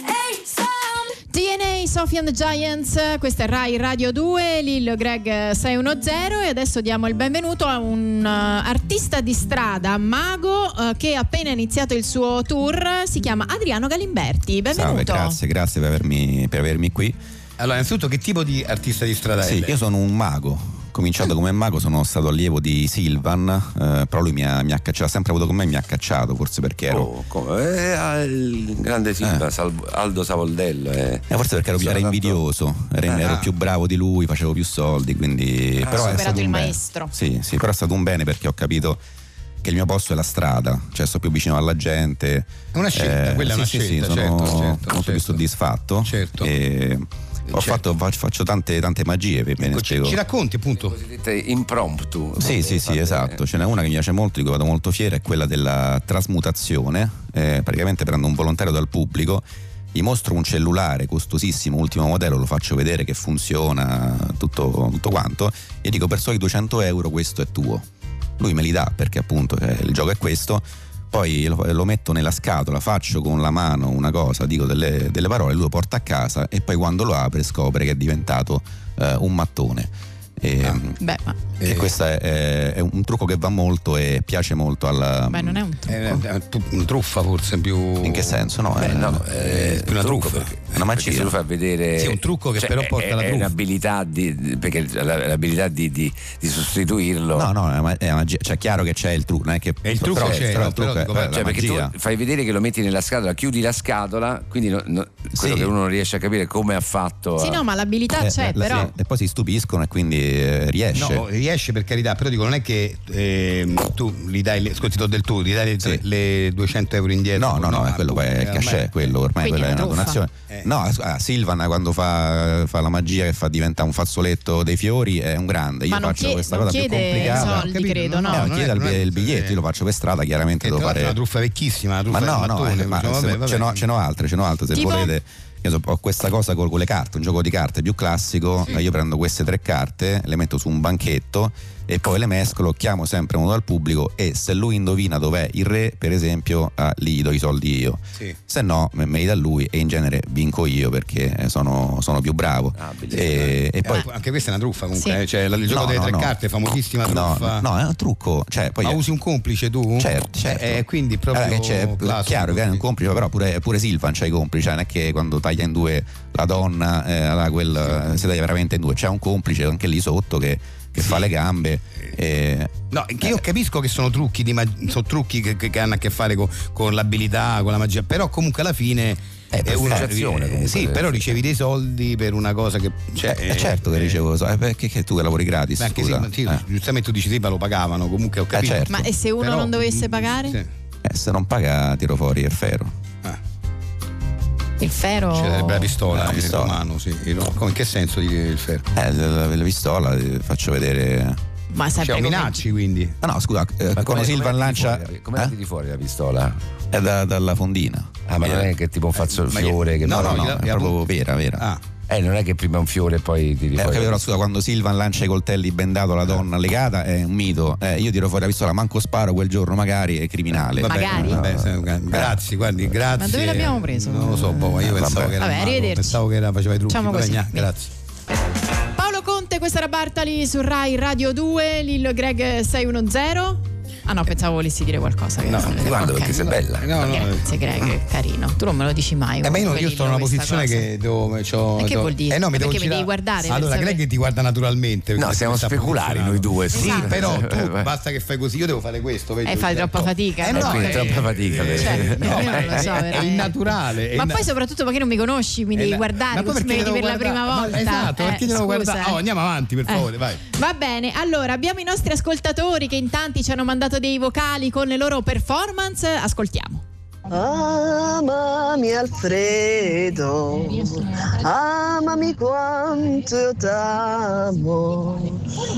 DNA, Sophie and the Giants, questa è Rai Radio 2, Lillo Greg 610 e adesso diamo il benvenuto a un artista di strada, mago, che ha appena iniziato il suo tour, si chiama Adriano Galimberti. Benvenuto. Salve, grazie per avermi qui. Allora, innanzitutto, che tipo di artista di strada è? Sì, io sono un mago. Cominciato come mago, sono stato allievo di Silvan, però lui mi ha cacciato, ha sempre avuto con me, mi ha cacciato, forse perché ero il grande Silvan, Aldo Savoldello, forse perché era invidioso, ero più bravo di lui, facevo più soldi, quindi però è stato il maestro. Sì, però è stato un bene, perché ho capito che il mio posto è la strada, cioè sto più vicino alla gente. È una scelta, quella è una scelta, sono molto più soddisfatto. Certo. Faccio tante magie, ci racconti, appunto, cosiddette impromptu. Sì, esatto. Ce n'è una che mi piace molto, di cui vado molto fiero, è quella della trasmutazione. Praticamente prendo un volontario dal pubblico, gli mostro un cellulare costosissimo, ultimo modello, lo faccio vedere che funziona tutto quanto e dico: per soli 200 euro questo è tuo. Lui me li dà, perché appunto il gioco è questo. Poi lo metto nella scatola, faccio con la mano una cosa, dico delle parole, lui lo porta a casa e poi quando lo apre scopre che è diventato un mattone. E questo è un trucco che va molto e piace molto alla. Beh, non è un trucco. È una truffa, forse più. In che senso? No, è più una truffa. È una magia. Se lo fa vedere. Sì, un trucco che però porta alla truffa. È un'abilità perché l'abilità di sostituirlo. No, è magia. Cioè, chiaro che c'è il trucco, non è che. È il trucco, però il trucco è la perché magia. tu fai vedere che lo metti nella scatola, chiudi la scatola, quindi quello che uno non riesce a capire come ha fatto. Sì, no, ma l'abilità c'è, però. E poi si stupiscono e quindi riesce. No, riesce, per carità, però dico, non è che tu gli dai ascoltito del tuo, gli dai le 200 euro indietro. No, quello poi è il cachet, quello ormai quella è una donazione. No, Silvan quando fa la magia che fa diventare un fazzoletto dei fiori è un grande. Io faccio questa cosa più complicata. Soldi, credo, no? Chiede il biglietto, io lo faccio per strada, chiaramente devo fare. È una truffa vecchissima, ma ce n'ho altre se volete. Io ho questa cosa con le carte, un gioco di carte più classico. Io prendo queste 3 carte, le metto su un banchetto e poi le mescolo, chiamo sempre uno dal pubblico e se lui indovina dov'è il re, per esempio, gli do i soldi io. Se no me li dà lui e in genere vinco io, perché sono più bravo. E poi anche questa è una truffa, comunque. Cioè, il gioco delle 3 carte, famosissima truffa. No, è un trucco. Cioè, poi ma usi un complice tu? Certo. Quindi proprio chiaro che è un complice, però pure Silvan c'ha i complici, non è che quando taglia in due la donna si taglia veramente in due, c'è un complice anche lì sotto che fa le gambe. No, che io capisco che sono trucchi sono trucchi che hanno a che fare con l'abilità, con la magia, però comunque alla fine è un'azione. Sì, però ricevi dei soldi per una cosa che certo che ricevo perché tu che lavori gratis, scusa. Giustamente tu dici sì, ma lo pagavano, comunque ho capito. Certo. Ma e se uno non dovesse pagare? Sì. Se non paga tiro fuori il ferro. Il ferro. C'è la pistola, il romano, sì. In che senso il ferro? La pistola, faccio vedere. Ma sempre minacci, quindi. No, scusa, quando Silvan lancia. Come la tiri fuori la pistola? È dalla fondina. Ma non è che tipo un fazzofiore che no, è proprio vera. Non è che prima un fiore e poi tiri fuori. Però scusa, quando Silvan lancia i coltelli bendato alla donna legata è un mito. Io tiro fuori la pistola, manco sparo quel giorno, magari è criminale. Grazie, guardi, grazie. Ma dove l'abbiamo preso? Non lo so, io pensavo che era. Arrivederci. Pensavo che faceva i trucchi. Grazie. Paolo Conte, questa era Bartali su Rai Radio 2, Lillo e Greg 610. Ah no, pensavo volessi dire qualcosa. Guarda, perché sei bella. Grazie Greg, carino. Tu non me lo dici mai. Ma io sto in una posizione che devo. Che vuol dire? Perché mi devi guardare. Allora, Greg ti guarda naturalmente. No, siamo speculari noi due. Sì, però tu basta che fai così, io devo fare questo. Fai troppa fatica. Troppa fatica. Io non lo so. È innaturale. Ma poi soprattutto perché non mi conosci, mi devi guardare come se mi vedi per la prima volta. Esatto, perché devo guardare. Andiamo avanti, per favore, vai. Va bene, allora abbiamo i nostri ascoltatori che in tanti ci hanno mandato dei vocali con le loro performance. Ascoltiamo. Amami Alfredo, amami quanto io t'amo.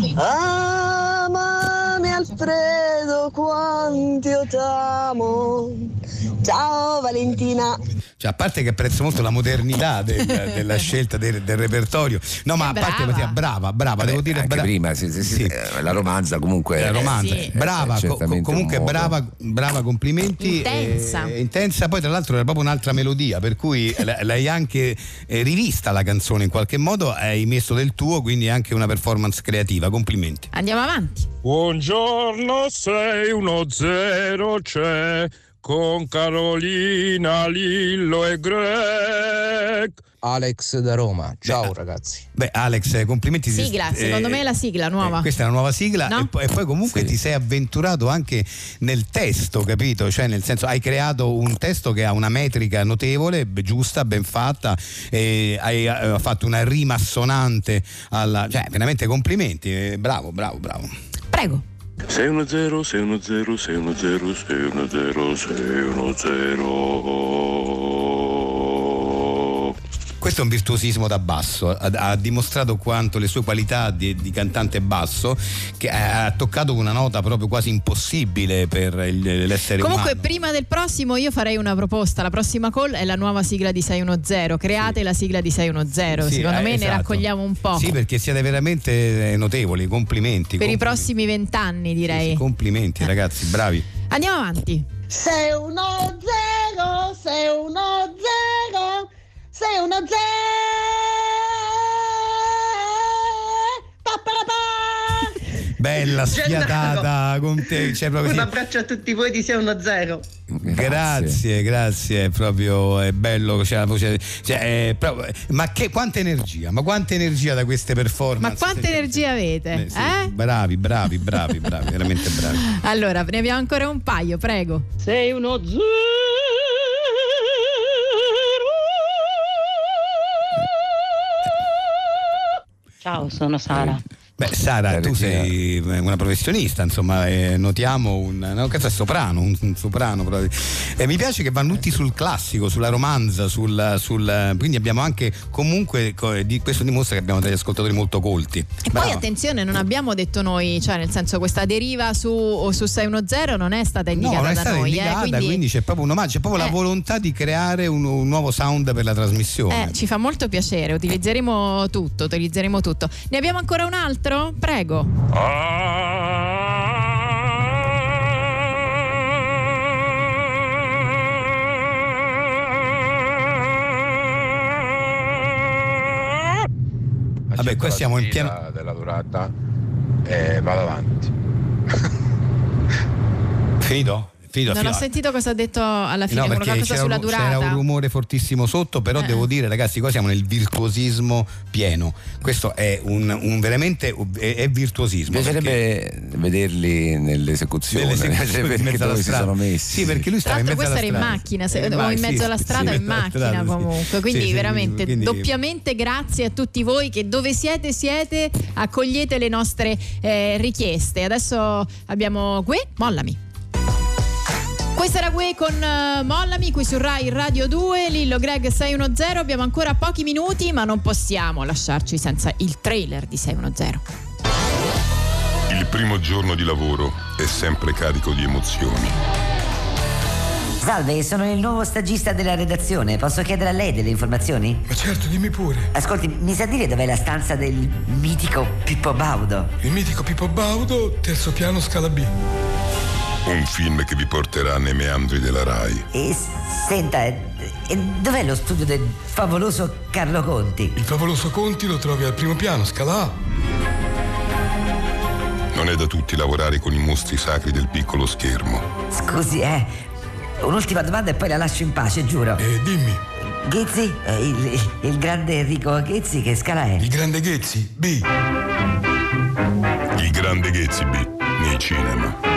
Amami Alfredo, quanto io t'amo. Ciao Valentina. Cioè, a parte che apprezzo molto la modernità della scelta del repertorio. No, ma a parte brava, devo dire anche prima la romanza comunque. La romanza, brava, comunque brava, complimenti. Intensa, poi tra l'altro era proprio un'altra melodia, per cui l'hai anche rivista la canzone in qualche modo, hai messo del tuo, quindi è anche una performance creativa, complimenti. Andiamo avanti. Buongiorno 610 c'è con Carolina, Lillo e Greg. Alex da Roma, ciao ragazzi. Alex, complimenti. Sigla, secondo me è la sigla nuova. Questa è una nuova sigla, no? e poi comunque ti sei avventurato anche nel testo, capito? Cioè nel senso hai creato un testo che ha una metrica notevole, giusta, ben fatta, hai fatto una rima assonante cioè veramente complimenti, bravo. Prego. 610 610 610 610 610. Questo è un virtuosismo da basso, ha dimostrato quanto le sue qualità di cantante basso, che ha toccato una nota proprio quasi impossibile per l'essere Comunque umano. Prima del prossimo io farei una proposta, la prossima call è la nuova sigla di 610, create la sigla di 610, secondo me ne raccogliamo un po'. Sì, perché siete veramente notevoli, complimenti. Per i prossimi 20 anni direi. Sì, complimenti ragazzi, bravi. Andiamo avanti. 610 610 610 Bella sfiatata con te, cioè proprio un abbraccio a tutti voi di 610. Grazie, è proprio è bello, c'è la voce, ma quanta energia da queste performance. Ma quanta energia avete? Bravi, veramente bravi. Allora, ne abbiamo ancora un paio, prego. 610. Ciao, sono Sara. Sara, tu sei una professionista, insomma, notiamo un soprano proprio. Mi piace che vanno tutti sul classico, sulla romanza, quindi abbiamo anche comunque questo dimostra che abbiamo degli ascoltatori molto colti. E poi attenzione, non abbiamo detto noi, cioè nel senso questa deriva su 610 non è stata indicata da noi, quindi c'è proprio un omaggio, c'è proprio la volontà di creare un nuovo sound per la trasmissione. Ci fa molto piacere, utilizzeremo tutto. Ne abbiamo ancora un altro? Prego. Vabbè, qua siamo in pieno della durata e vado avanti. Fido? Non ho sentito cosa ha detto alla fine, qualcosa sulla durata. C'era un rumore fortissimo sotto, però devo dire ragazzi, qua siamo nel virtuosismo pieno. Questo è un veramente è virtuosismo. Piacerebbe vederli nell'esecuzione, perché dove si sono messi. Sì, perché lui stava in mezzo alla strada. Questo era in macchina, o in mezzo alla strada o in macchina comunque. Quindi veramente doppiamente grazie a tutti voi che dove siete accogliete le nostre richieste. Adesso abbiamo mollami. Questa era Gue con Mollami qui su Rai Radio 2, Lillo Greg 610. Abbiamo ancora pochi minuti, ma non possiamo lasciarci senza il trailer di 610. Il primo giorno di lavoro è sempre carico di emozioni. Salve, sono il nuovo stagista della redazione. Posso chiedere a lei delle informazioni? Ma certo, dimmi pure. Ascolti, mi sa dire dov'è la stanza del mitico Pippo Baudo? Il mitico Pippo Baudo, terzo piano, scala B. Un film che vi porterà nei meandri della Rai. E senta, dov'è lo studio del favoloso Carlo Conti? Il favoloso Conti lo trovi al primo piano, scala A. Non è da tutti lavorare con i mostri sacri del piccolo schermo. Scusi, un'ultima domanda e poi la lascio in pace, giuro. Dimmi. Ghezzi? Il grande Enrico Ghezzi che scala è? Il grande Ghezzi, B. Il grande Ghezzi B, nei cinema.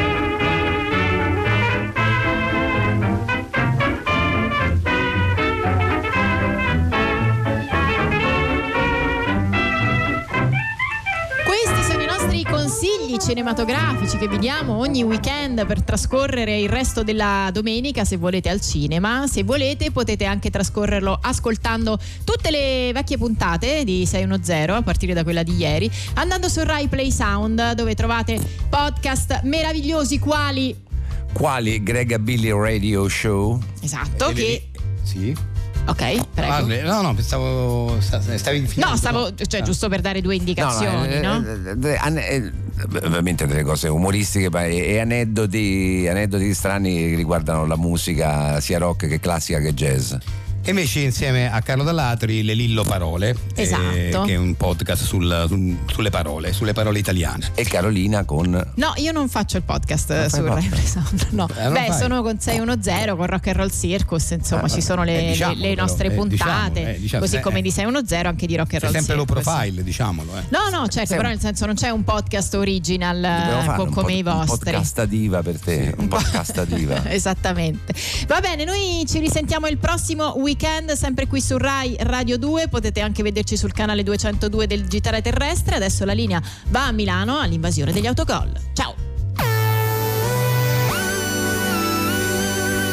Consigli cinematografici che vi diamo ogni weekend per trascorrere il resto della domenica se volete al cinema. Se volete potete anche trascorrerlo ascoltando tutte le vecchie puntate di 610 a partire da quella di ieri, andando su Rai Play Sound, dove trovate podcast meravigliosi quali Greg Billy Radio Show. Esatto, sì. Ok, prego. No, pensavo stavi finendo. Giusto per dare due indicazioni, no? Ovviamente delle cose umoristiche e aneddoti strani che riguardano la musica sia rock che classica che jazz. E invece insieme a Carlo Dallatri le Lillo Parole, esatto, che è un podcast sulle parole italiane. E Carolina con... No, io non faccio il podcast su Rai Play Sound, no. Sono con 610, con Rock and Roll Circus, insomma ci sono le nostre puntate, diciamo, così come di 610 anche di Rock and Roll Circus. Sempre low profile, diciamolo. No, certo, però nel senso non c'è un podcast original come i vostri. Un podcast diva per te, sì. Un podcast diva. Esattamente. Va bene, noi ci risentiamo il prossimo weekend sempre qui su Rai Radio 2, potete anche vederci sul canale 202 del digitale terrestre. Adesso la linea va a Milano all'invasione degli autogol. Ciao.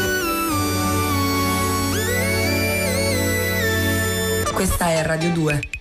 Questa è Radio 2.